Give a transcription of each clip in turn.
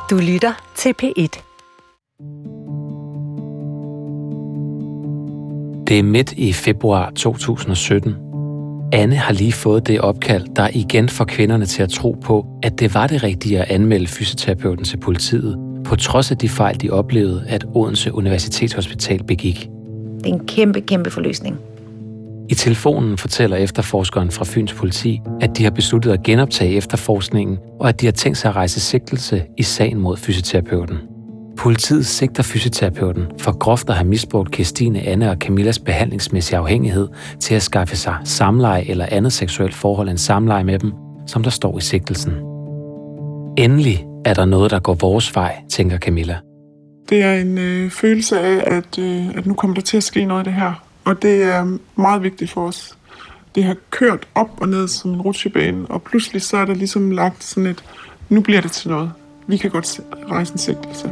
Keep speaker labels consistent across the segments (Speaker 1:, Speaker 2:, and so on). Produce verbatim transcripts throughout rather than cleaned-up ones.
Speaker 1: Du lytter til P et.
Speaker 2: Det er midt i februar to tusind og sytten. Anne har lige fået det opkald, der igen får kvinderne til at tro på, at det var det rigtige at anmelde fysioterapeuten til politiet, på trods af de fejl, de oplevede, at Odense Universitetshospital begik.
Speaker 3: Det er en kæmpe, kæmpe forløsning.
Speaker 2: I telefonen fortæller efterforskeren fra Fyns Politi, at de har besluttet at genoptage efterforskningen, og at de har tænkt sig at rejse sigtelse i sagen mod fysioterapeuten. Politiet sigter fysioterapeuten for groft at have misbrugt Kirstine, Anne og Camillas behandlingsmæssige afhængighed til at skaffe sig samleje eller andet seksuelt forhold end samleje med dem, som der står i sigtelsen. Endelig er der noget, der går vores vej, tænker Camilla.
Speaker 4: Det er en øh, følelse af, at, øh, at nu kommer der til at ske noget af det her. Og det er meget vigtigt for os. Det har kørt op og ned som en rutsjebane, og pludselig så er der ligesom lagt sådan et, nu bliver det til noget. Vi kan godt rejse en sigtelse.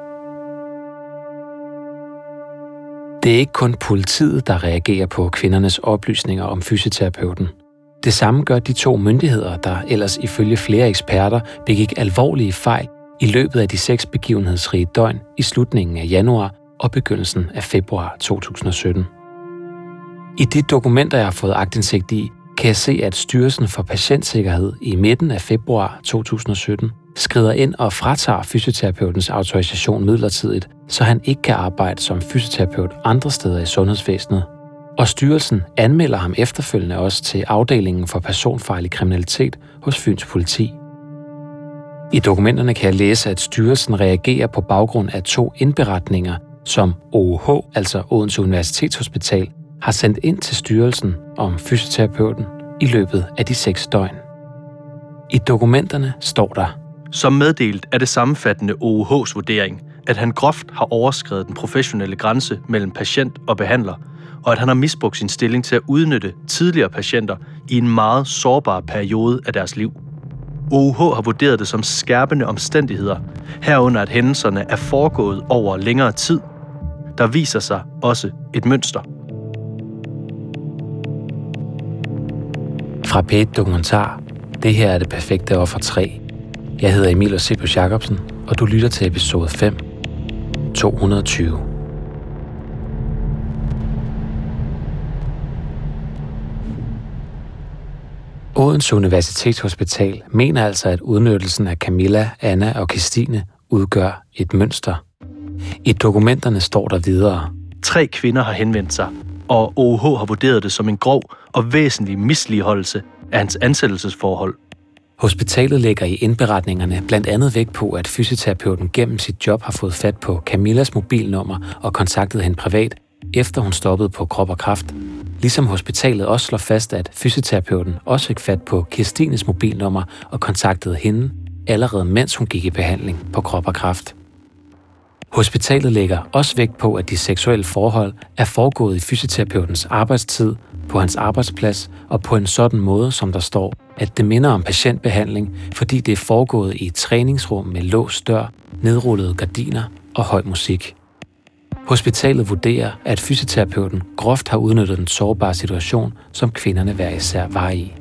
Speaker 2: Det er ikke kun politiet, der reagerer på kvindernes oplysninger om fysioterapeuten. Det samme gør de to myndigheder, der ellers ifølge flere eksperter begik alvorlige fejl i løbet af de seks begivenhedsrige døgn i slutningen af januar og begyndelsen af februar to tusind og sytten. I de dokumenter, jeg har fået aktindsigt i, kan jeg se, at Styrelsen for Patientsikkerhed i midten af februar to tusind og sytten skrider ind og fratager fysioterapeutens autorisation midlertidigt, så han ikke kan arbejde som fysioterapeut andre steder i sundhedsvæsenet. Og styrelsen anmelder ham efterfølgende også til afdelingen for personfarlig kriminalitet hos Fyns Politi. I dokumenterne kan jeg læse, at styrelsen reagerer på baggrund af to indberetninger, som O U H, altså Odense Universitetshospital, har sendt ind til styrelsen om fysioterapeuten i løbet af de seks døgn. I dokumenterne står der:
Speaker 5: Som meddelt er det sammenfattende O U H's vurdering, at han groft har overskredet den professionelle grænse mellem patient og behandler, og at han har misbrugt sin stilling til at udnytte tidligere patienter i en meget sårbar periode af deres liv. O U H har vurderet det som skærpende omstændigheder, herunder at hændelserne er foregået over længere tid. Der viser sig også et mønster.
Speaker 2: Fra P et Dokumentar. Det her er Det Perfekte Offer tre. Jeg hedder Emil Eusebius Jacobsen, og du lytter til episode fem, to hundrede og tyve. Odense Universitetshospital mener altså, at udnyttelsen af Camilla, Anna og Kirstine udgør et mønster. I dokumenterne står der videre:
Speaker 5: Tre kvinder har henvendt sig, og O U H har vurderet det som en grov og væsentlig misligholdelse af hans ansættelsesforhold.
Speaker 2: Hospitalet lægger i indberetningerne blandt andet vægt på, at fysioterapeuten gennem sit job har fået fat på Camillas mobilnummer og kontaktet hende privat, efter hun stoppede på Krop og Kraft. Ligesom hospitalet også slår fast, at fysioterapeuten også fik fat på Kirstines mobilnummer og kontaktede hende, allerede mens hun gik i behandling på Krop og Kraft. Hospitalet lægger også vægt på, at de seksuelle forhold er foregået i fysioterapeutens arbejdstid, på hans arbejdsplads og på en sådan måde, som der står, at det minder om patientbehandling, fordi det er foregået i et træningsrum med låst dør, nedrullede gardiner og høj musik. Hospitalet vurderer, at fysioterapeuten groft har udnyttet den sårbare situation, som kvinderne hver især var i.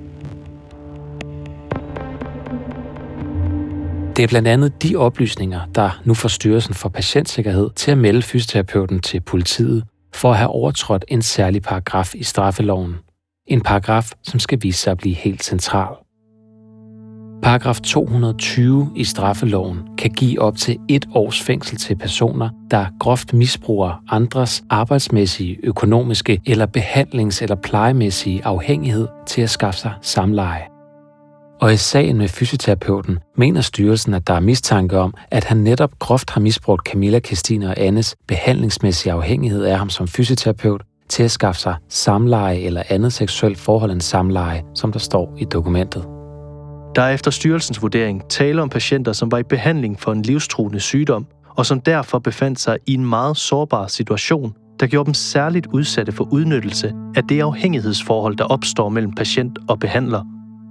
Speaker 2: Det er blandt andet de oplysninger, der nu får Styrelsen for Patientsikkerhed til at melde fysioterapeuten til politiet for at have overtrådt en særlig paragraf i straffeloven. En paragraf, som skal vise sig at blive helt central. Paragraf to hundrede og tyve i straffeloven kan give op til et års fængsel til personer, der groft misbruger andres arbejdsmæssige, økonomiske eller behandlings- eller plejemæssige afhængighed til at skaffe sig samleje. Og i sagen med fysioterapeuten mener styrelsen, at der er mistanke om, at han netop groft har misbrugt Camilla, Kirstine og Annes behandlingsmæssige afhængighed af ham som fysioterapeut til at skaffe sig samleje eller andet seksuelt forhold end samleje, som der står i dokumentet.
Speaker 5: Der er efter styrelsens vurdering tale om patienter, som var i behandling for en livstruende sygdom, og som derfor befandt sig i en meget sårbar situation, der gjorde dem særligt udsatte for udnyttelse af det afhængighedsforhold, der opstår mellem patient og behandler.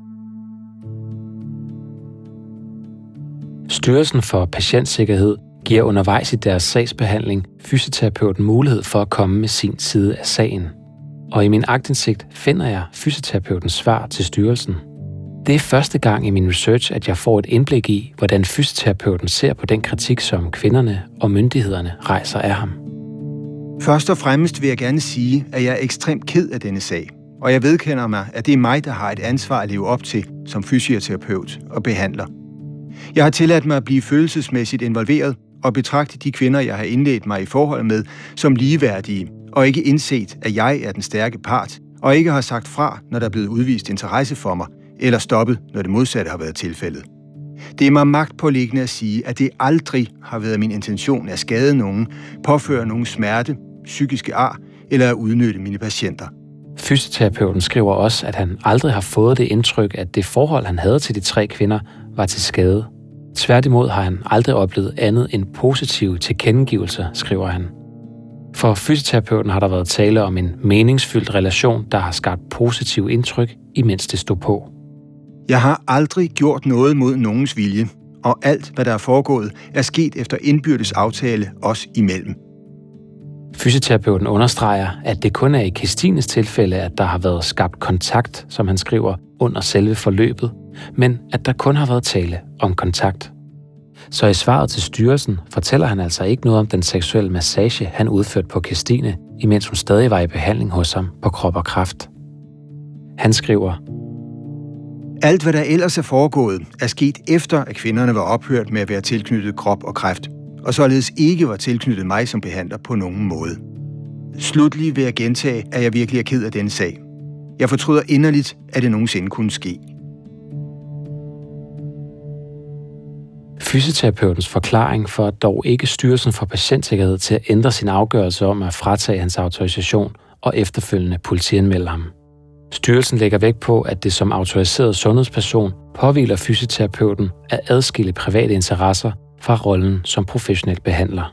Speaker 2: Styrelsen for Patientsikkerhed giver undervejs i deres sagsbehandling fysioterapeuten mulighed for at komme med sin side af sagen. Og i min aktindsigt finder jeg fysioterapeutens svar til styrelsen. Det er første gang i min research, at jeg får et indblik i, hvordan fysioterapeuten ser på den kritik, som kvinderne og myndighederne rejser af ham.
Speaker 1: Først og fremmest vil jeg gerne sige, at jeg er ekstremt ked af denne sag. Og jeg vedkender mig, at det er mig, der har et ansvar at leve op til som fysioterapeut og behandler. Jeg har tilladt mig at blive følelsesmæssigt involveret og betragte de kvinder, jeg har indledt mig i forhold med, som ligeværdige, og ikke indset, at jeg er den stærke part, og ikke har sagt fra, når der er blevet udvist interesse for mig, eller stoppet, når det modsatte har været tilfældet. Det er mig magtpåliggende at sige, at det aldrig har været min intention at skade nogen, påføre nogen smerte, psykiske ar eller at udnytte mine patienter.
Speaker 2: Fysioterapeuten skriver også, at han aldrig har fået det indtryk, at det forhold, han havde til de tre kvinder, var til skade. Tværtimod har han aldrig oplevet andet end positive tilkendegivelser, skriver han. For fysioterapeuten har der været tale om en meningsfyldt relation, der har skabt positiv indtryk, imens det stod på.
Speaker 1: Jeg har aldrig gjort noget mod nogens vilje, og alt, hvad der er foregået, er sket efter indbyrdes aftale os imellem.
Speaker 2: Fysioterapeuten understreger, at det kun er i Kirstines tilfælde, at der har været skabt kontakt, som han skriver, under selve forløbet, men at der kun har været tale om kontakt. Så i svaret til styrelsen fortæller han altså ikke noget om den seksuelle massage, han udførte på Kirstine, imens hun stadig var i behandling hos ham på Krop og Kræft. Han skriver:
Speaker 1: Alt, hvad der ellers er foregået, er sket efter, at kvinderne var ophørt med at være tilknyttet Krop og Kræft, og således ikke var tilknyttet mig som behandler på nogen måde. Slutlig vil jeg gentage, at jeg virkelig er ked af denne sag. Jeg fortryder inderligt, at det nogensinde kunne ske.
Speaker 2: Fysioterapeutens forklaring får dog ikke Styrelsen for Patientsikkerhed til at ændre sin afgørelse om at fratage hans autorisation og efterfølgende politianmelde ham. Styrelsen lægger vægt på, at det som autoriseret sundhedsperson påhviler fysioterapeuten at adskille private interesser fra rollen som professionel behandler.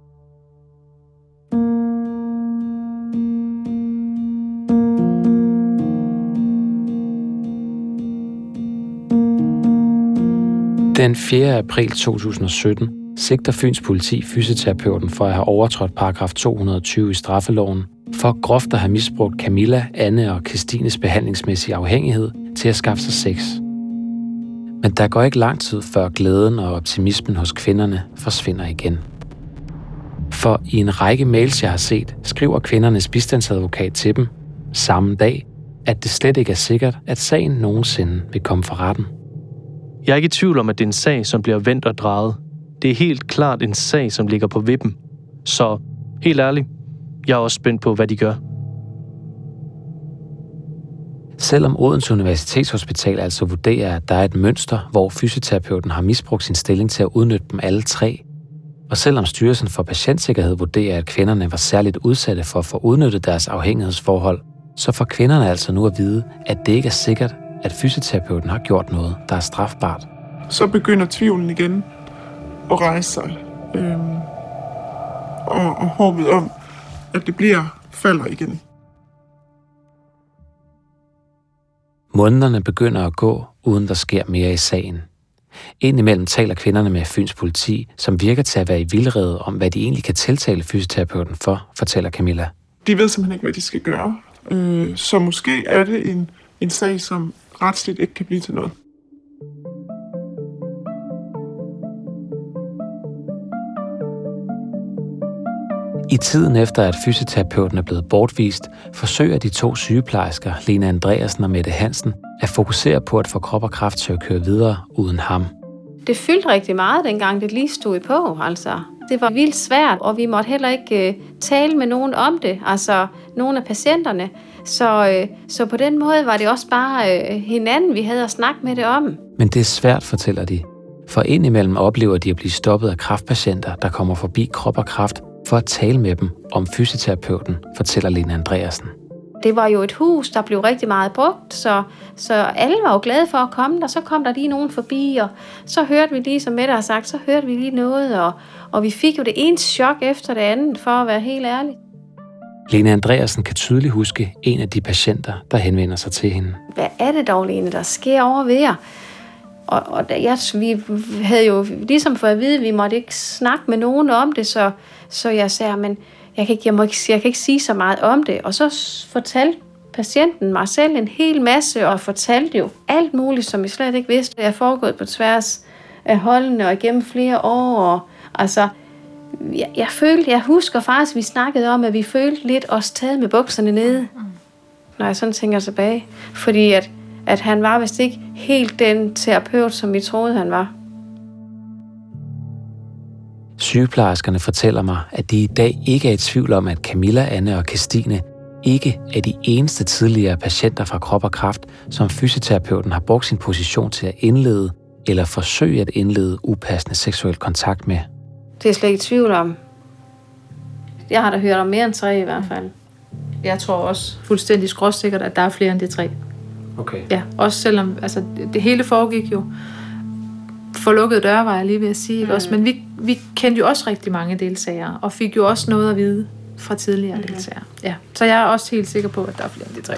Speaker 2: Den fjerde april to tusind og sytten sigter Fyns politi fysioterapeuten for at have overtrådt paragraf to hundrede og tyve i straffeloven, for groft at have misbrugt Camilla, Anne og Kirstines behandlingsmæssige afhængighed til at skaffe sig sex. Men der går ikke lang tid, før glæden og optimismen hos kvinderne forsvinder igen. For i en række mails, jeg har set, skriver kvindernes bistandsadvokat til dem samme dag, at det slet ikke er sikkert, at sagen nogensinde vil komme for retten.
Speaker 5: Jeg er ikke i tvivl om, at det er en sag, som bliver vendt og drejet. Det er helt klart en sag, som ligger på vippen. Så helt ærligt, jeg er også spændt på, hvad de gør.
Speaker 2: Selvom Odense Universitetshospital altså vurderer, at der er et mønster, hvor fysioterapeuten har misbrugt sin stilling til at udnytte dem alle tre, og selvom Styrelsen for Patientsikkerhed vurderer, at kvinderne var særligt udsatte for at få udnyttet deres afhængighedsforhold, så får kvinderne altså nu at vide, at det ikke er sikkert, at fysioterapeuten har gjort noget, der er strafbart.
Speaker 4: Så begynder tvivlen igen at rejse sig. Øhm, og, og håbet om, at det bliver falder igen.
Speaker 2: Månederne begynder at gå, uden der sker mere i sagen. Indimellem taler kvinderne med Fyns politi, som virker til at være i vildrede om, hvad de egentlig kan tiltale fysioterapeuten for, fortæller Camilla.
Speaker 4: De ved simpelthen ikke, hvad de skal gøre. Øh, så måske er det en, en sag, som retsligt ikke kan blive til noget.
Speaker 2: I tiden efter, at fysioterapeuten er blevet bortvist, forsøger de to sygeplejersker, Lena Andreasen og Mette Hansen, at fokusere på at få Krop og Kræft til at køre videre uden ham.
Speaker 6: Det fyldte rigtig meget, dengang det lige stod på. Altså. Det var vildt svært, og vi måtte heller ikke uh, tale med nogen om det, altså nogle af patienterne. Så, uh, så på den måde var det også bare uh, hinanden, vi havde at snakke med det om.
Speaker 2: Men det er svært, fortæller de. For indimellem oplever de at blive stoppet af kræftpatienter, der kommer forbi Krop og Kræft, for at tale med dem om fysioterapeuten, fortæller Lena Andreasen.
Speaker 6: Det var jo et hus, der blev rigtig meget brugt, så, så alle var jo glade for at komme der. Så kom der lige nogen forbi, og så hørte vi lige, som Mette har sagt, så hørte vi lige noget, og, og vi fik jo det ene chok efter det andet, for at være helt ærlig.
Speaker 2: Lena Andreasen kan tydeligt huske en af de patienter, der henvender sig til hende.
Speaker 6: Hvad er det dog, Lene, der sker over ved jer? Og, og der, jeg, vi havde jo ligesom fået at vide, at vi måtte ikke snakke med nogen om det, så, så jeg sagde, men jeg kan, ikke, jeg, må ikke, jeg kan ikke sige så meget om det. Og så fortalte patienten mig selv en hel masse og fortalte jo alt muligt, som jeg slet ikke vidste. Jeg er foregået på tværs af holdene og igennem flere år. Og, altså, jeg, jeg følte, jeg husker faktisk, at vi snakkede om, at vi følte lidt os taget med bukserne nede, når jeg sådan tænker tilbage. Fordi at, at han var vist ikke helt den terapeut, som vi troede, han var.
Speaker 2: Sygeplejerskerne fortæller mig, at de i dag ikke er i tvivl om, at Camilla, Anne og Kirstine ikke er de eneste tidligere patienter fra Krop og Kræft, som fysioterapeuten har brugt sin position til at indlede eller forsøge at indlede upassende seksuel kontakt med.
Speaker 6: Det er jeg slet ikke i tvivl om. Jeg har da hørt om mere end tre i hvert fald. Jeg tror også fuldstændig skråsikkert, at der er flere end de tre.
Speaker 2: Okay.
Speaker 6: Ja, også selvom altså, det hele foregik jo for lukkede døre, var jeg lige ved at sige. Mm. Også, men vi, vi kendte jo også rigtig mange deltagere, og fik jo også noget at vide fra tidligere mm. deltagere. Ja. Så jeg er også helt sikker på, at der er flere end de tre.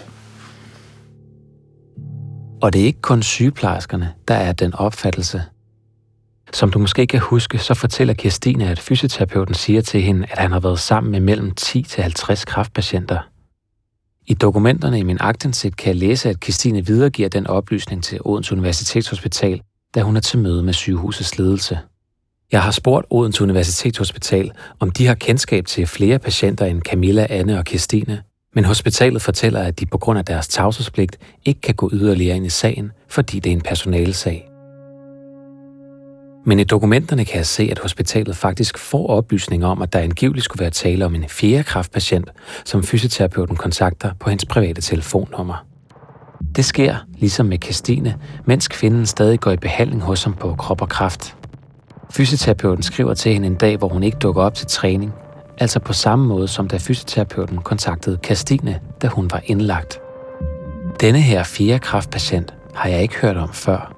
Speaker 2: Og det er ikke kun sygeplejerskerne, der er den opfattelse. Som du måske kan huske, så fortæller Kirstine, at fysioterapeuten siger til hende, at han har været sammen med mellem ti til halvtreds kræftpatienter. I dokumenterne i min aktindsigt kan jeg læse, at Kirstine videregiver den oplysning til Odense Universitetshospital, da hun er til møde med sygehusets ledelse. Jeg har spurgt Odense Universitetshospital, om de har kendskab til flere patienter end Camilla, Anne og Kirstine, men hospitalet fortæller, at de på grund af deres tavshedspligt ikke kan gå yderligere ind i sagen, fordi det er en personalesag. Men i dokumenterne kan jeg se, at hospitalet faktisk får oplysninger om, at der angiveligt skulle være tale om en fjerde kræftpatient, som fysioterapeuten kontakter på hendes private telefonnummer. Det sker, ligesom med Kirstine, mens kvinden stadig går i behandling hos ham på Krop og Kræft. Fysioterapeuten skriver til hende en dag, hvor hun ikke dukker op til træning, altså på samme måde som da fysioterapeuten kontaktede Kirstine, da hun var indlagt. Denne her fjerde kræftpatient har jeg ikke hørt om før.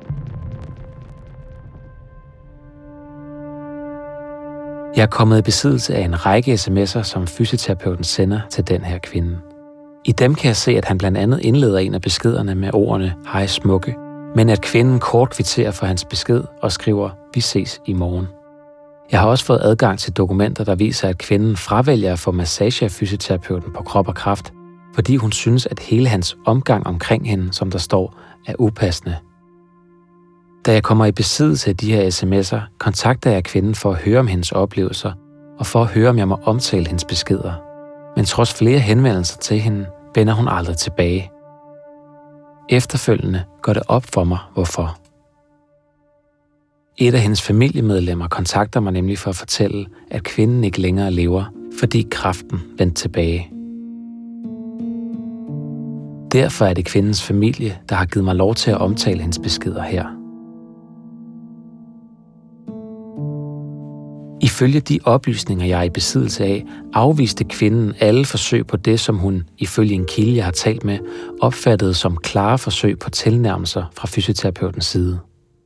Speaker 2: Jeg er kommet i besiddelse af en række sms'er, som fysioterapeuten sender til den her kvinde. I dem kan jeg se, at han blandt andet indleder en af beskederne med ordene "Hej smukke", men at kvinden kort kvitterer for hans besked og skriver "Vi ses i morgen". Jeg har også fået adgang til dokumenter, der viser, at kvinden fravælger at få massage af fysioterapeuten på Krop og Kræft, fordi hun synes, at hele hans omgang omkring hende, som der står, er upassende. Da jeg kommer i besiddelse af de her sms'er, kontakter jeg kvinden for at høre om hendes oplevelser, og for at høre, om jeg må omtale hendes beskeder. Men trods flere henvendelser til hende, vender hun aldrig tilbage. Efterfølgende går det op for mig, hvorfor. Et af hendes familiemedlemmer kontakter mig nemlig for at fortælle, at kvinden ikke længere lever, fordi kræften vendte tilbage. Derfor er det kvindens familie, der har givet mig lov til at omtale hendes beskeder her. Ifølge de oplysninger, jeg er i besiddelse af, afviste kvinden alle forsøg på det, som hun, ifølge en kilde, jeg har talt med, opfattede som klare forsøg på tilnærmelser fra fysioterapeutens side.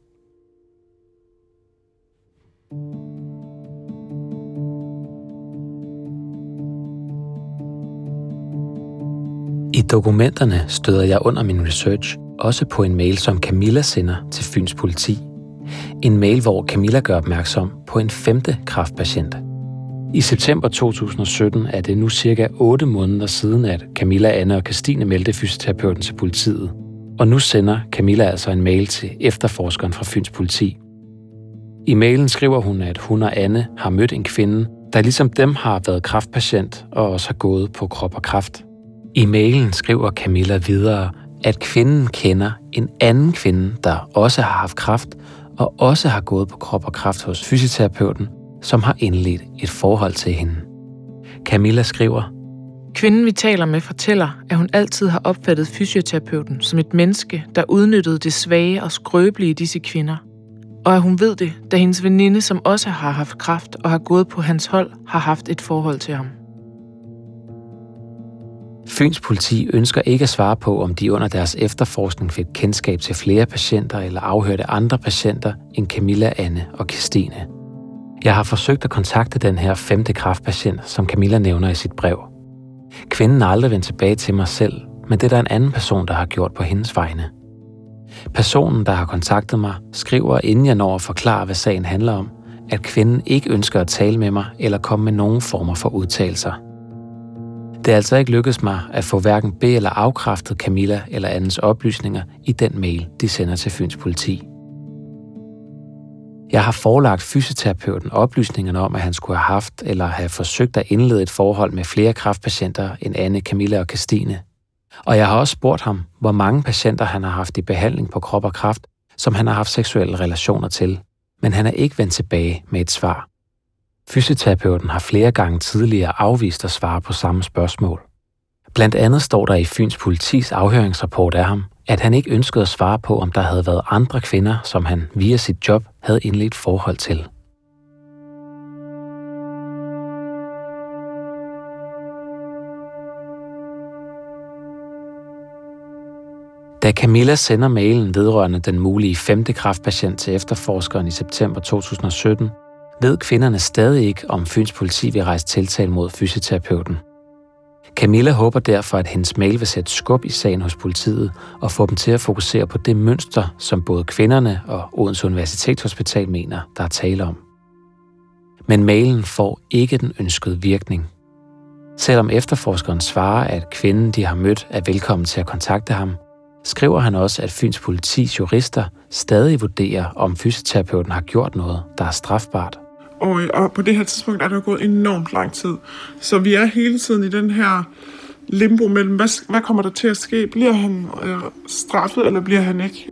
Speaker 2: I dokumenterne støder jeg under min research også på en mail, som Camilla sender til Fyns politi. En mail, hvor Camilla gør opmærksom på en femte kræftpatient. I september to tusind og sytten er det nu cirka otte måneder siden, at Camilla, Anne og Kirstine meldte fysioterapeuten til politiet. Og nu sender Camilla altså en mail til efterforskeren fra Fyns politi. I mailen skriver hun, at hun og Anne har mødt en kvinde, der ligesom dem har været kræftpatient og også har gået på Krop og Kræft. I mailen skriver Camilla videre, at kvinden kender en anden kvinde, der også har haft kræft, og også har gået på Krop og Kræft hos fysioterapeuten, som har indledt et forhold til hende. Camilla skriver:
Speaker 7: Kvinden, vi taler med, fortæller, at hun altid har opfattet fysioterapeuten som et menneske, der udnyttede det svage og skrøbelige i disse kvinder. Og at hun ved det, da hendes veninde, som også har haft kræft og har gået på hans hold, har haft et forhold til ham.
Speaker 2: Fyns politi ønsker ikke at svare på, om de under deres efterforskning fik kendskab til flere patienter eller afhørte andre patienter end Camilla, Anne og Kirstine. Jeg har forsøgt at kontakte den her femte kræftpatient, som Camilla nævner i sit brev. Kvinden er aldrig vendt tilbage til mig selv, men det er der en anden person, der har gjort på hendes vegne. Personen, der har kontaktet mig, skriver, inden jeg når at forklare, hvad sagen handler om, at kvinden ikke ønsker at tale med mig eller komme med nogen former for udtalelser. Det er altså ikke lykkedes mig at få hverken be- eller afkræftet Camilla eller Annes oplysninger i den mail, de sender til Fyns politi. Jeg har forelagt fysioterapeuten oplysningerne om, at han skulle have haft eller have forsøgt at indlede et forhold med flere kræftpatienter end Anne, Camilla og Kirstine. Og jeg har også spurgt ham, hvor mange patienter han har haft i behandling på krop og kræft, som han har haft seksuelle relationer til. Men han er ikke vendt tilbage med et svar. Fysioterapeuten har flere gange tidligere afvist at svare på samme spørgsmål. Blandt andet står der i Fyns politis afhøringsrapport af ham, at han ikke ønskede at svare på, om der havde været andre kvinder, som han via sit job havde indledt forhold til. Da Camilla sender mailen vedrørende den mulige femte kræftpatient til efterforskeren i september to tusind og sytten, ved kvinderne stadig ikke, om Fyns politi vil rejse tiltale mod fysioterapeuten. Camilla håber derfor, at hendes mail vil sætte skub i sagen hos politiet og få dem til at fokusere på det mønster, som både kvinderne og Odense Universitetshospital mener, der er tale om. Men mailen får ikke den ønskede virkning. Selvom efterforskeren svarer, at kvinden, de har mødt, er velkommen til at kontakte ham, skriver han også, at Fyns politis jurister stadig vurderer, om fysioterapeuten har gjort noget, der er strafbart.
Speaker 4: Og, og på det her tidspunkt er der gået enormt lang tid. Så vi er hele tiden i den her limbo mellem, hvad, hvad kommer der til at ske? Bliver han øh, straffet, eller bliver han ikke?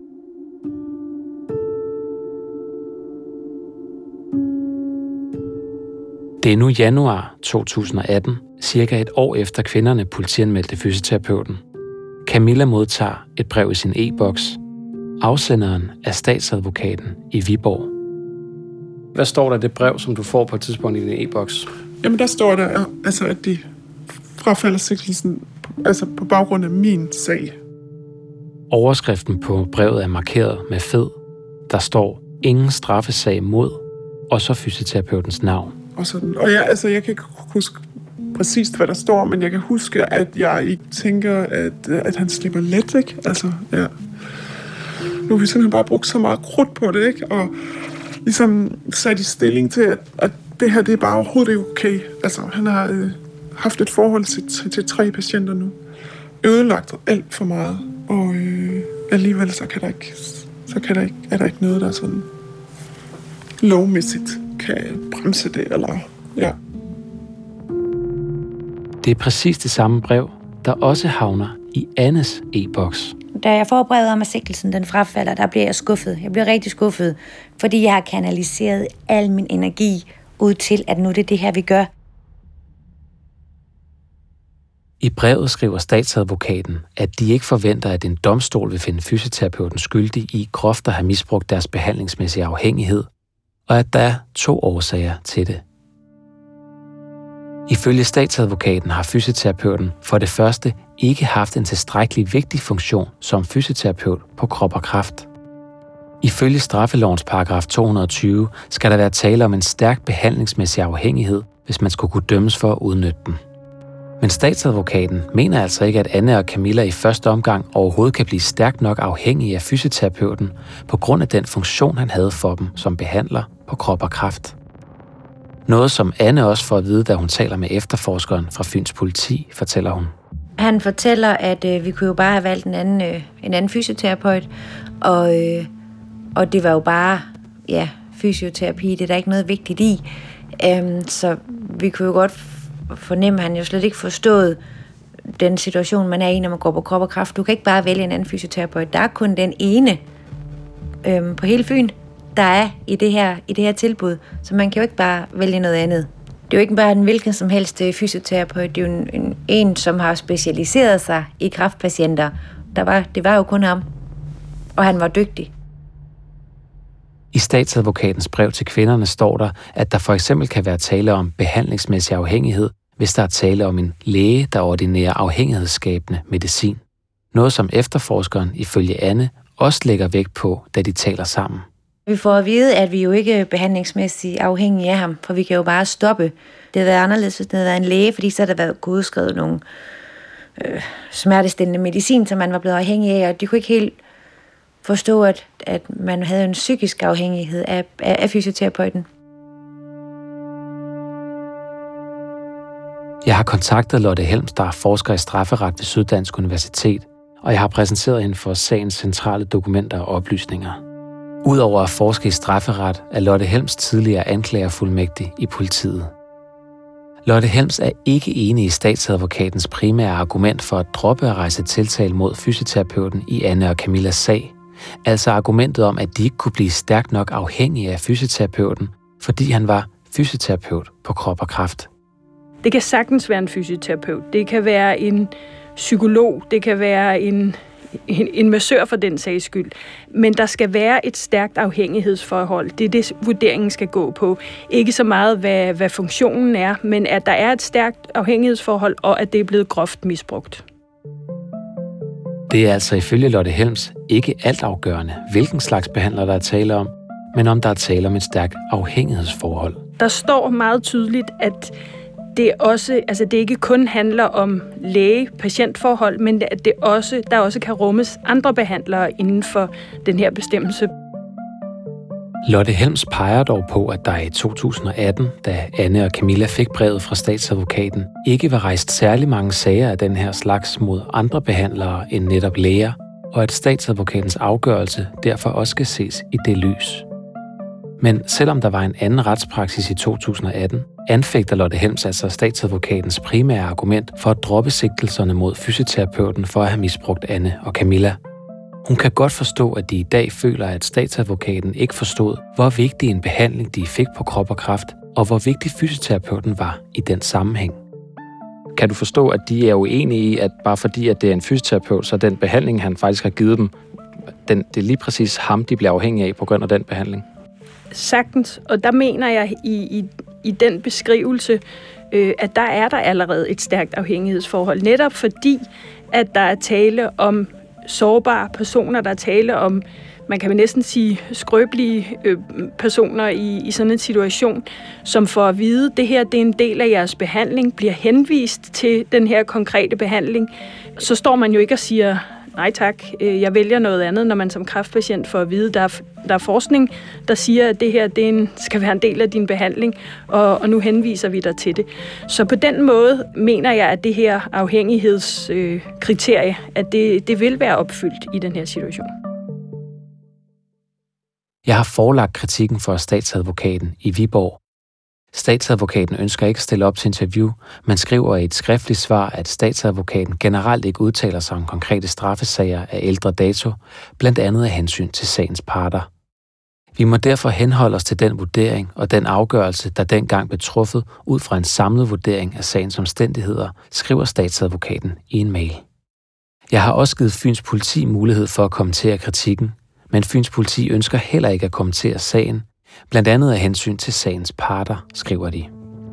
Speaker 2: Det er nu januar to tusind og atten, cirka et år efter kvinderne politianmeldte fysioterapeuten. Camilla modtager et brev i sin e-boks. Afsenderen er statsadvokaten i Viborg. Hvad står der i det brev, som du får på et tidspunkt i din e-boks?
Speaker 4: Jamen der står der, altså, at de frafalder sigtelsen altså på baggrund af min sag.
Speaker 2: Overskriften på brevet er markeret med fed. Der står ingen straffesag mod, og så fysioterapeutens navn.
Speaker 4: Og, sådan. og jeg, altså, jeg kan ikke huske præcist, hvad der står, men jeg kan huske, at jeg ikke tænker, at, at han slipper let, ikke? Altså, ja. Nu har vi simpelthen bare brugt så meget krudt på det, ikke? Og ligesom sat i stilling til, at, at det her, det er bare overhovedet ikke okay. Altså, han har øh, haft et forhold til, til, til tre patienter nu. Ødelagt alt for meget. Og øh, alligevel, så kan der ikke, så kan der ikke, er der ikke noget, der sådan lovmæssigt kan bremse det, eller ja.
Speaker 2: Det er præcis det samme brev, der også havner i Annes e-boks.
Speaker 3: Da jeg får brevet om, at sigtelsen den frafalder, der bliver jeg skuffet. Jeg bliver rigtig skuffet, fordi jeg har kanaliseret al min energi ud til, at nu det er det her, vi gør.
Speaker 2: I brevet skriver statsadvokaten, at de ikke forventer, at en domstol vil finde fysioterapeuten skyldig i groft at have misbrugt deres behandlingsmæssige afhængighed, og at der er to årsager til det. Ifølge statsadvokaten har fysioterapeuten for det første ikke haft en tilstrækkelig vigtig funktion som fysioterapeut på krop og kræft. Ifølge straffelovens paragraf to hundrede og tyve skal der være tale om en stærk behandlingsmæssig afhængighed, hvis man skulle kunne dømmes for at udnytte den. Men statsadvokaten mener altså ikke, at Anne og Camilla i første omgang overhovedet kan blive stærkt nok afhængige af fysioterapeuten på grund af den funktion, han havde for dem som behandler på krop og kræft. Noget, som Anne også får at vide, da hun taler med efterforskeren fra Fyns politi, fortæller hun.
Speaker 3: Han fortæller, at øh, vi kunne jo bare have valgt en anden, øh, en anden fysioterapeut, og, øh, og det var jo bare ja, fysioterapi, det er der ikke noget vigtigt i. Øhm, så vi kunne jo godt fornemme, at han jo slet ikke forstået den situation, man er i, når man går på krop og kræft. Du kan ikke bare vælge en anden fysioterapeut. Der er kun den ene øhm, på hele Fyn, der er i det her, i det her tilbud. Så man kan jo ikke bare vælge noget andet. Det er jo ikke bare en hvilken som helst fysioterapeut. Det er jo en, en, en som har specialiseret sig i kræftpatienter. Der var, det var jo kun ham. Og han var dygtig.
Speaker 2: I statsadvokatens brev til kvinderne står der, at der for eksempel kan være tale om behandlingsmæssig afhængighed, hvis der er tale om en læge, der ordinerer afhængighedsskabende medicin. Noget som efterforskeren ifølge Anne også lægger vægt på, da de taler sammen.
Speaker 3: Vi får at vide, at vi jo ikke er behandlingsmæssigt afhængige af ham, for vi kan jo bare stoppe. Det havde været anderledes, hvis det havde været en læge, fordi så havde der været godskrevet nogle øh, smertestillende medicin, som man var blevet afhængig af, og de kunne ikke helt forstå, at, at man havde en psykisk afhængighed af, af, af fysioterapeuten.
Speaker 2: Jeg har kontaktet Lotte Helms, der er forsker i strafferet ved Syddansk Universitet, og jeg har præsenteret hende for sagens centrale dokumenter og oplysninger. Udover at forske i strafferet, er Lotte Helms tidligere anklagerfuldmægtig i politiet. Lotte Helms er ikke enig i statsadvokatens primære argument for at droppe at rejse tiltale mod fysioterapeuten i Anne og Camillas sag, altså argumentet om, at de ikke kunne blive stærkt nok afhængige af fysioterapeuten, fordi han var fysioterapeut på Krop og Kraft.
Speaker 8: Det kan sagtens være en fysioterapeut, det kan være en psykolog, det kan være en, en, en massør for den sags skyld. Men der skal være et stærkt afhængighedsforhold. Det er det, vurderingen skal gå på. Ikke så meget, hvad, hvad funktionen er, men at der er et stærkt afhængighedsforhold, og at det er blevet groft misbrugt.
Speaker 2: Det er altså ifølge Lotte Helms ikke altafgørende, hvilken slags behandler der er tale om, men om der er tale om et stærkt afhængighedsforhold.
Speaker 8: Der står meget tydeligt, at det også, altså det ikke kun handler om læge-patientforhold, men at det også, der også kan rummes andre behandlere inden for den her bestemmelse.
Speaker 2: Lotte Helms peger dog på, at der i to tusind og atten, da Anne og Camilla fik brevet fra statsadvokaten, ikke var rejst særlig mange sager af den her slags mod andre behandlere end netop læger, og at statsadvokatens afgørelse derfor også skal ses i det lys. Men selvom der var en anden retspraksis i to tusind og atten, anfægter Lotte Helms altså statsadvokatens primære argument for at droppe sigtelserne mod fysioterapeuten for at have misbrugt Anne og Camilla. Hun kan godt forstå, at de i dag føler, at statsadvokaten ikke forstod, hvor vigtig en behandling de fik på Krop og Kraft, og hvor vigtig fysioterapeuten var i den sammenhæng. Kan du forstå, at de er uenige i, at bare fordi at det er en fysioterapeut, så den behandling, han faktisk har givet dem, den, det er lige præcis ham, de bliver afhængige af på grund af den behandling?
Speaker 8: Sagtens, og der mener jeg i, i, i den beskrivelse, øh, at der er der allerede et stærkt afhængighedsforhold, netop fordi, at der er tale om sårbare personer, der er tale om, man kan næsten sige, skrøbelige øh, personer i, i sådan en situation, som får at vide, det her det er en del af jeres behandling, bliver henvist til den her konkrete behandling, så står man jo ikke og siger, nej tak, jeg vælger noget andet, når man som kræftpatient får at vide, der er, der er forskning, der siger, at det her det en, skal være en del af din behandling, og, og nu henviser vi dig til det. Så på den måde mener jeg, at det her afhængighedskriterie, øh, at det, det vil være opfyldt i den her situation.
Speaker 2: Jeg har forelagt kritikken for statsadvokaten i Viborg. Statsadvokaten ønsker ikke at stille op til interview, men skriver i et skriftligt svar, at statsadvokaten generelt ikke udtaler sig om konkrete straffesager af ældre dato, blandt andet af hensyn til sagens parter. Vi må derfor henholde os til den vurdering og den afgørelse, der dengang blev truffet ud fra en samlet vurdering af sagens omstændigheder, skriver statsadvokaten i en mail. Jeg har også givet Fyns politi mulighed for at kommentere kritikken, men Fyns politi ønsker heller ikke at kommentere sagen, blandt andet af hensyn til sagens parter, skriver de.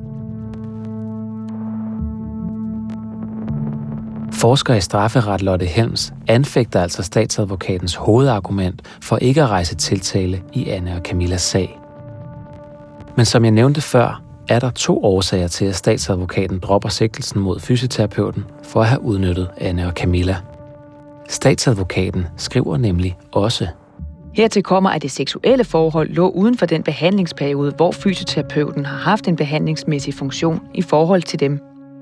Speaker 2: Forsker i strafferet Lotte Helms anfægter altså statsadvokatens hovedargument for ikke at rejse tiltale i Anne og Camillas sag. Men som jeg nævnte før, er der to årsager til, at statsadvokaten dropper sigtelsen mod fysioterapeuten for at have udnyttet Anne og Camilla. Statsadvokaten skriver nemlig også:
Speaker 9: Hertil kommer, at det seksuelle forhold lå uden for den behandlingsperiode, hvor fysioterapeuten har haft en behandlingsmæssig funktion i forhold til dem.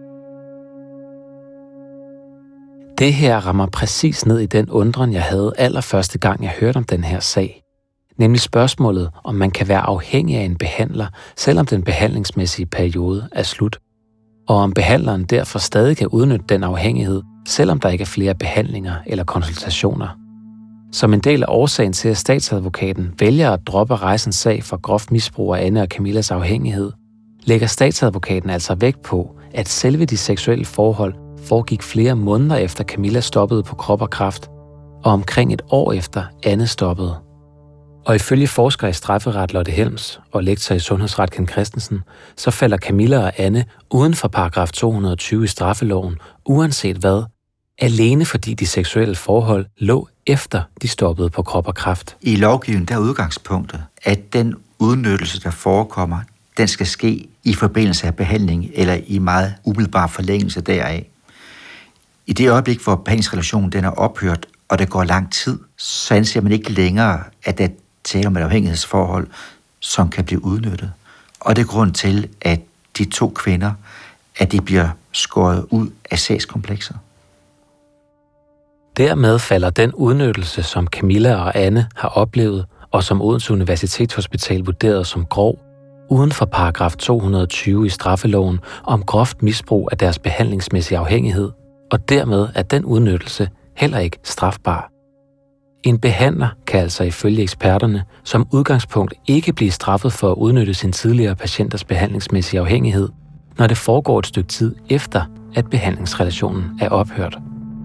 Speaker 2: Det her rammer præcis ned i den undren, jeg havde allerførste gang, jeg hørte om den her sag. Nemlig spørgsmålet, om man kan være afhængig af en behandler, selvom den behandlingsmæssige periode er slut. Og om behandleren derfor stadig kan udnytte den afhængighed, selvom der ikke er flere behandlinger eller konsultationer. Som en del af årsagen til, at statsadvokaten vælger at droppe rejsens sag for groft misbrug af Anne og Camillas afhængighed, lægger statsadvokaten altså vægt på, at selve de seksuelle forhold foregik flere måneder efter Camilla stoppede på Krop og Kraft, og omkring et år efter Anne stoppede. Og ifølge forsker i strafferet Lotte Helms og lektor i sundhedsret Ken Christensen, så falder Camilla og Anne uden for paragraf to hundrede og tyve i straffeloven, uanset hvad, alene fordi de seksuelle forhold lå efter de stoppede på Krop og Kraft.
Speaker 10: I lovgivningen der er udgangspunktet, at den udnyttelse, der forekommer, den skal ske i forbindelse af behandling eller i meget umiddelbar forlængelse deraf. I det øjeblik, hvor behandlingsrelationen den er ophørt, og det går lang tid, så anser man ikke længere, at der taler om et afhængighedsforhold, som kan blive udnyttet. Og det er grund til, at de to kvinder, at de bliver skåret ud af sagskomplekser.
Speaker 2: Dermed falder den udnyttelse, som Camilla og Anne har oplevet, og som Odense Universitetshospital vurderede som grov, uden for paragraf to hundrede og tyve i straffeloven om groft misbrug af deres behandlingsmæssige afhængighed, og dermed er den udnyttelse heller ikke strafbar. En behandler kan altså ifølge eksperterne som udgangspunkt ikke blive straffet for at udnytte sin tidligere patienters behandlingsmæssige afhængighed, når det foregår et stykke tid efter, at behandlingsrelationen er ophørt.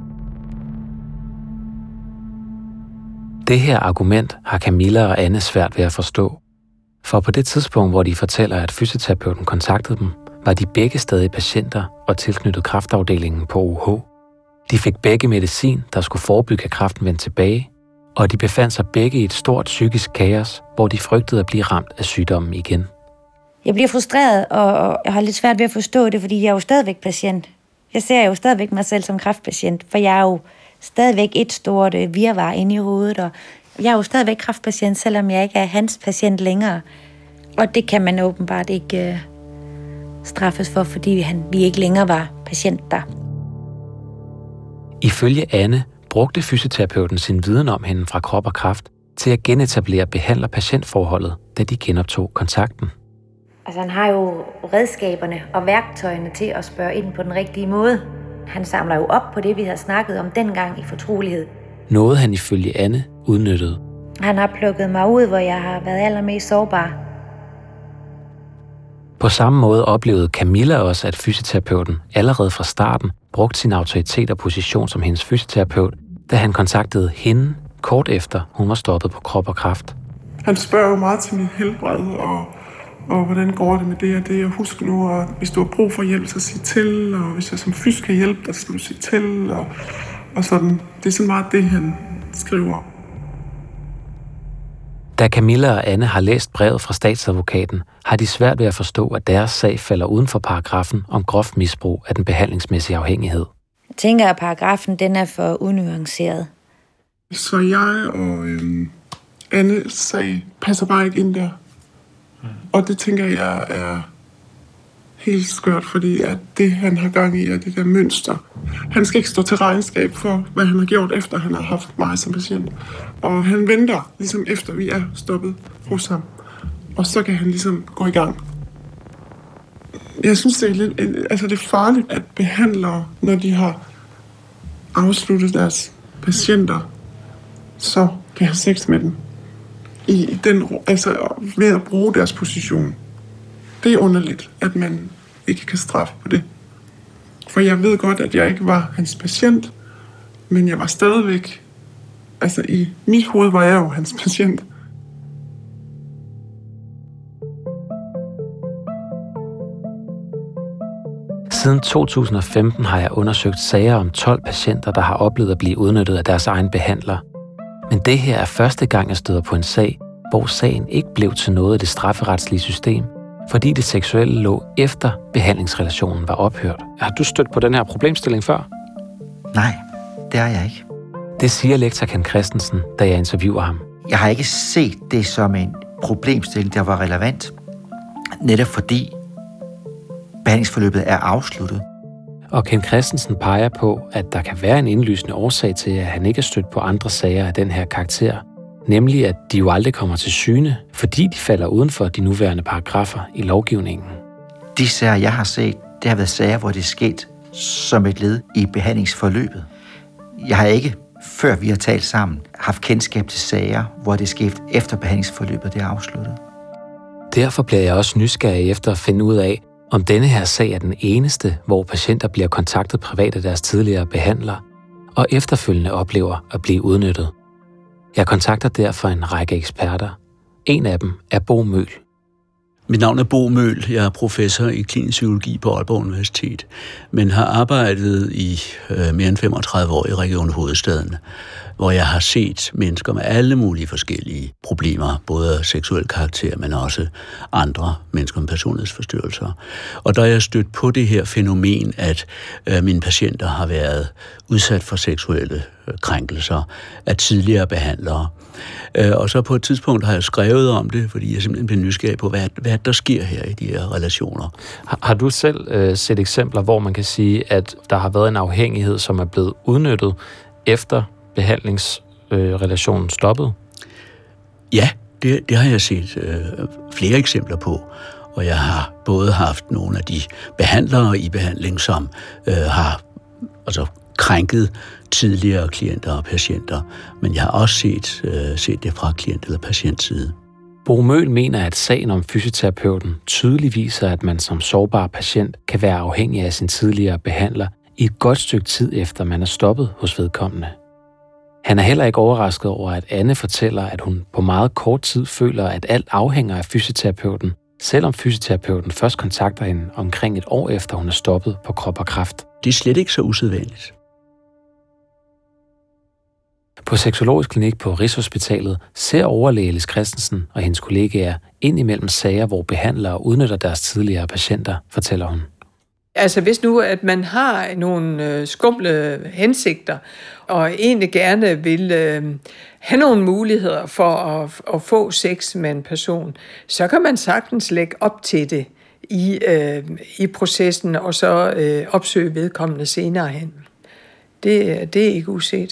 Speaker 2: Det her argument har Camilla og Anne svært ved at forstå. For på det tidspunkt, hvor de fortæller, at fysioterapeuten kontaktede dem, var de begge stadig patienter og tilknyttet kræftafdelingen på O H. De fik begge medicin, der skulle forebygge, at kræften vendte tilbage, og de befandt sig begge i et stort psykisk kaos, hvor de frygtede at blive ramt af sygdommen igen.
Speaker 3: Jeg bliver frustreret, og jeg har lidt svært ved at forstå det, fordi jeg er jo stadigvæk patient. Jeg ser jo stadigvæk mig selv som kræftpatient, for jeg er jo stadigvæk et stort virvar inde i hovedet, og jeg er jo stadigvæk kræftpatient, selvom jeg ikke er hans patient længere. Og det kan man åbenbart ikke uh, straffes for, fordi han, vi ikke længere var patienter.
Speaker 2: Ifølge Anne brugte fysioterapeuten sin viden om hende fra krop og kræft til at genetablere behandler-patientforholdet, da de genoptog kontakten.
Speaker 3: Altså han har jo redskaberne og værktøjerne til at spørge ind på den rigtige måde. Han samler jo op på det, vi havde snakket om dengang i fortrolighed.
Speaker 2: Noget han ifølge Anne udnyttede.
Speaker 3: Han har plukket mig ud, hvor jeg har været allermest sårbar.
Speaker 2: På samme måde oplevede Camilla også, at fysioterapeuten allerede fra starten brugte sin autoritet og position som hendes fysioterapeut, da han kontaktede hende kort efter, hun var stoppet på krop og kræft.
Speaker 4: Han spørger jo meget til mit helbred, og, og hvordan går det med det og det, og husk nu, og hvis du har brug for hjælp, så sig til, og hvis jeg som fys kan hjælpe dig, så skal du sige til, og, og sådan. Det er sådan meget det, han skriver.
Speaker 2: Da Camilla og Anne har læst brevet fra statsadvokaten, har de svært ved at forstå, at deres sag falder uden for paragrafen om groft misbrug af den behandlingsmæssige afhængighed.
Speaker 3: Jeg tænker, at paragrafen den er for unuanceret.
Speaker 4: Så jeg og øhm, Annes sag passer bare ikke ind der. Og det tænker jeg er helt skørt, fordi at det, han har gang i, er det der mønster. Han skal ikke stå til regnskab for, hvad han har gjort, efter han har haft mig som patient. Og han venter, ligesom efter vi er stoppet hos ham. Og så kan han ligesom gå i gang. Jeg synes, det er, lidt, altså det er farligt, at behandlere, når de har afsluttet deres patienter, så kan have sex med dem. I den, altså ved at bruge deres position. Det er underligt, at man ikke kan straffe på det. For jeg ved godt, at jeg ikke var hans patient, men jeg var stadigvæk, altså i mit hoved var jeg jo hans patient.
Speaker 2: Siden to tusind og femten har jeg undersøgt sager om tolv patienter, der har oplevet at blive udnyttet af deres egen behandler. Men det her er første gang, jeg støder på en sag, hvor sagen ikke blev til noget i det strafferetslige system, fordi det seksuelle lå efter behandlingsrelationen var ophørt. Har du stødt på den her problemstilling før?
Speaker 10: Nej, det har jeg ikke.
Speaker 2: Det siger lektor Ken Christensen, da jeg interviewer ham.
Speaker 10: Jeg har ikke set det som en problemstilling, der var relevant, netop fordi behandlingsforløbet er afsluttet.
Speaker 2: Og Ken Christensen peger på, at der kan være en indlysende årsag til, at han ikke er stødt på andre sager af den her karakter, nemlig at de jo aldrig kommer til syne, fordi de falder uden for de nuværende paragrafer i lovgivningen.
Speaker 10: De sager, jeg har set, det har været sager, hvor det er sket som et led i behandlingsforløbet. Jeg har ikke, før vi har talt sammen, haft kendskab til sager, hvor det er sket efter behandlingsforløbet det er afsluttet.
Speaker 2: Derfor bliver jeg også nysgerrig efter at finde ud af, om denne her sag er den eneste, hvor patienter bliver kontaktet privat af deres tidligere behandler, og efterfølgende oplever at blive udnyttet. Jeg kontakter derfor en række eksperter. En af dem er Bo Møhl.
Speaker 11: Mit navn er Bo Møhl. Jeg er professor i klinisk psykologi på Aalborg Universitet, men har arbejdet i øh, mere end femogtredive år i Region Hovedstaden, hvor jeg har set mennesker med alle mulige forskellige problemer, både af seksuel karakter, men også andre mennesker med personlighedsforstyrrelser. Og der er jeg stødt på det her fænomen, at øh, mine patienter har været udsat for seksuelle øh, krænkelser af tidligere behandlere, Og så på et tidspunkt har jeg skrevet om det, fordi jeg simpelthen blev nysgerrig på, hvad, hvad der sker her i de her relationer.
Speaker 2: Har, har du selv øh, set eksempler, hvor man kan sige, at der har været en afhængighed, som er blevet udnyttet efter behandlingsrelationen øh, stoppet?
Speaker 11: Ja, det, det har jeg set øh, flere eksempler på. Og jeg har både haft nogle af de behandlere i behandling, som øh, har altså, krænket tidligere klienter og patienter, men jeg har også set, øh, set det fra klient- eller patientside.
Speaker 2: Bo Møhl mener, at sagen om fysioterapeuten tydeligt viser, at man som sårbar patient kan være afhængig af sin tidligere behandler i et godt stykke tid efter, man er stoppet hos vedkommende. Han er heller ikke overrasket over, at Anne fortæller, at hun på meget kort tid føler, at alt afhænger af fysioterapeuten, selvom fysioterapeuten først kontakter hende omkring et år efter, hun er stoppet på Krop og Kræft.
Speaker 11: Det er slet ikke så usædvanligt.
Speaker 2: På Sexologisk Klinik på Rigshospitalet ser overlæge Lis Christensen og hendes kollegaer ind imellem sager, hvor behandlere udnytter deres tidligere patienter, fortæller hun.
Speaker 12: Altså hvis nu, at man har nogle øh, skumle hensigter, og egentlig gerne vil øh, have nogle muligheder for at, at få sex med en person, så kan man sagtens lægge op til det i, øh, i processen, og så øh, opsøge vedkommende senere hen. Det, det er ikke uset.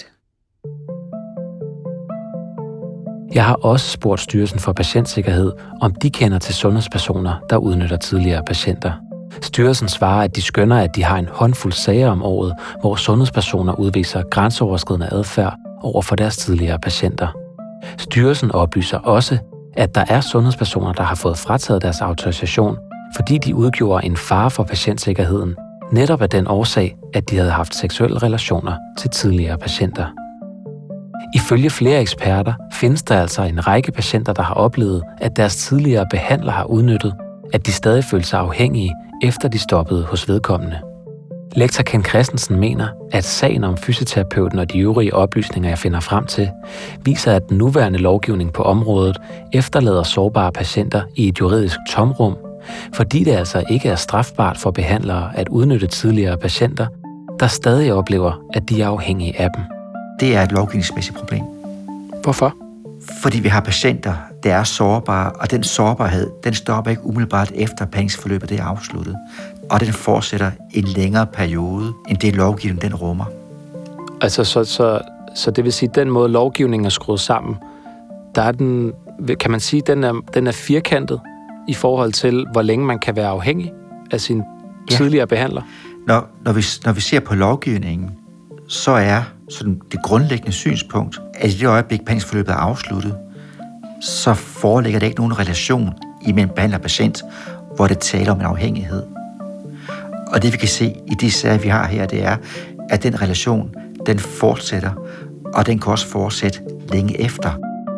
Speaker 2: Jeg har også spurgt Styrelsen for Patientsikkerhed, om de kender til sundhedspersoner, der udnytter tidligere patienter. Styrelsen svarer, at de skønner, at de har en håndfuld sager om året, hvor sundhedspersoner udviser grænseoverskridende adfærd over for deres tidligere patienter. Styrelsen oplyser også, at der er sundhedspersoner, der har fået frataget deres autorisation, fordi de udgjorde en fare for patientsikkerheden, netop af den årsag, at de havde haft seksuelle relationer til tidligere patienter. Ifølge flere eksperter findes der altså en række patienter, der har oplevet, at deres tidligere behandler har udnyttet, at de stadig følte sig afhængige, efter de stoppede hos vedkommende. Lektor Ken Christensen mener, at sagen om fysioterapeuten og de øvrige oplysninger, jeg finder frem til, viser, at den nuværende lovgivning på området efterlader sårbare patienter i et juridisk tomrum, fordi det altså ikke er strafbart for behandlere at udnytte tidligere patienter, der stadig oplever, at de er afhængige af dem.
Speaker 10: Det er et lovgivningsmæssigt problem.
Speaker 2: Hvorfor?
Speaker 10: Fordi vi har patienter, der er sårbare, og den sårbarhed, den stopper ikke umiddelbart efter behandlingsforløbet det er afsluttet. Og den fortsætter en længere periode, end det lovgivning den rummer.
Speaker 2: Altså, så, så, så det vil sige, at den måde lovgivningen er skruet sammen, der er den, kan man sige, den er, den er firkantet i forhold til, hvor længe man kan være afhængig af sin ja. tidligere behandler?
Speaker 10: Når, når, vi, når vi ser på lovgivningen, så er sådan det grundlæggende synspunkt, at i det øjeblik, behandlingsforløbet er afsluttet, så foreligger der ikke nogen relation imellem behandler og patient, hvor det taler om en afhængighed. Og det vi kan se i de sager, vi har her, det er, at den relation, den fortsætter, og den kan også fortsætte længe efter.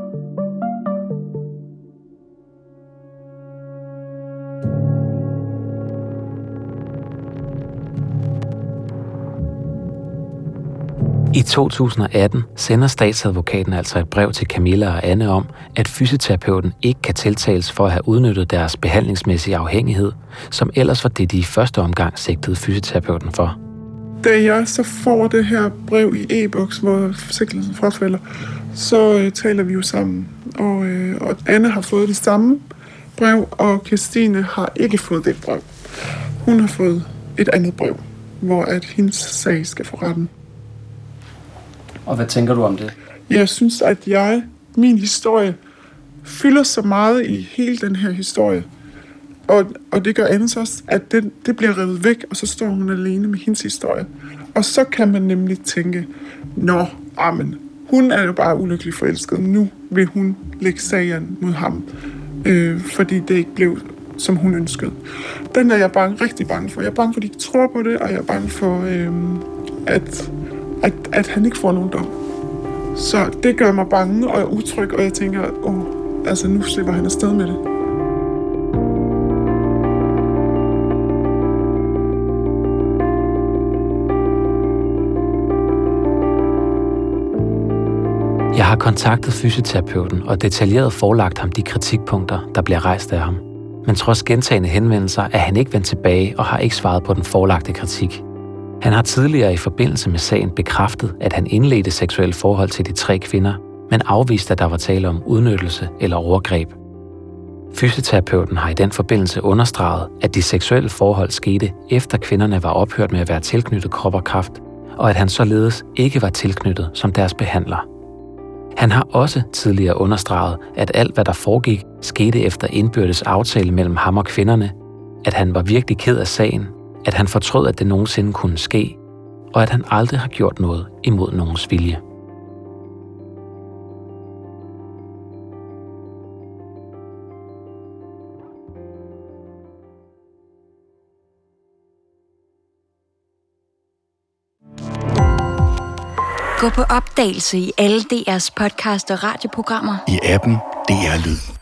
Speaker 2: I to tusind og atten sender statsadvokaten altså et brev til Camilla og Anne om, at fysioterapeuten ikke kan tiltales for at have udnyttet deres behandlingsmæssige afhængighed, som ellers var det, de i første omgang sigtede fysioterapeuten for.
Speaker 4: Da jeg så får det her brev i e-boks, hvor forsikringen frafalder, så øh, taler vi jo sammen. Og, øh, og Anne har fået det samme brev, og Kirstine har ikke fået det brev. Hun har fået et andet brev, hvor at hendes sag skal for retten.
Speaker 2: Og hvad tænker du om det?
Speaker 4: Jeg synes, at jeg, min historie, fylder så meget i hele den her historie. Og, og det gør Annes også, at det, det bliver revet væk, og så står hun alene med hendes historie. Og så kan man nemlig tænke, nå, amen, hun er jo bare ulykkelig forelsket. Nu vil hun lægge sagen mod ham, øh, fordi det ikke blev, som hun ønskede. Den er jeg bange, rigtig bange for. Jeg er bange for, at de tror på det, og jeg er bange for, øh, at... At, at han ikke får nogen dom. Så det gør mig bange og er utryg, og jeg tænker, åh, altså nu slipper han afsted med det.
Speaker 2: Jeg har kontaktet fysioterapeuten og detaljeret forelagt ham de kritikpunkter, der bliver rejst af ham. Men trods gentagne henvendelser er han ikke vendt tilbage og har ikke svaret på den forelagte kritik. Han har tidligere i forbindelse med sagen bekræftet, at han indledte seksuelle forhold til de tre kvinder, men afviste, at der var tale om udnyttelse eller overgreb. Fysioterapeuten har i den forbindelse understreget, at de seksuelle forhold skete efter kvinderne var ophørt med at være tilknyttet Krop og Kraft, og at han således ikke var tilknyttet som deres behandler. Han har også tidligere understreget, at alt hvad der foregik, skete efter indbyrdes aftale mellem ham og kvinderne, at han var virkelig ked af sagen, at han fortrød, at det nogensinde kunne ske, og at han aldrig har gjort noget imod nogens vilje.
Speaker 13: Gå på opdagelse i alle D R's podcast og radioprogrammer.
Speaker 14: I appen D R Lyd.